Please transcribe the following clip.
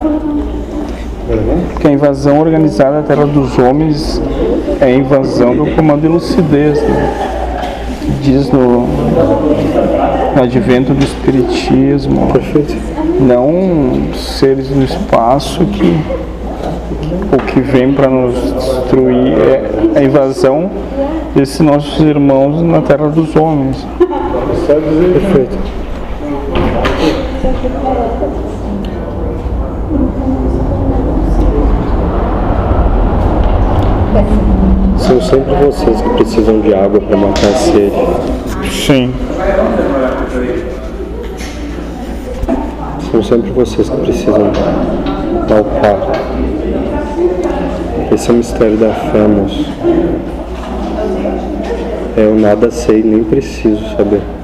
Que a invasão organizada à terra dos homens é a invasão do comando de lucidez, né? Diz no advento do espiritismo. Perfeito. Não seres do espaço o que vem para nos destruir, é a invasão desses nossos irmãos na terra dos homens. Perfeito. São sempre vocês que precisam de água para matar a sede. Sim. São sempre vocês que precisam dar o par. Esse é o mistério da fé, moço. Eu nada sei, nem preciso saber.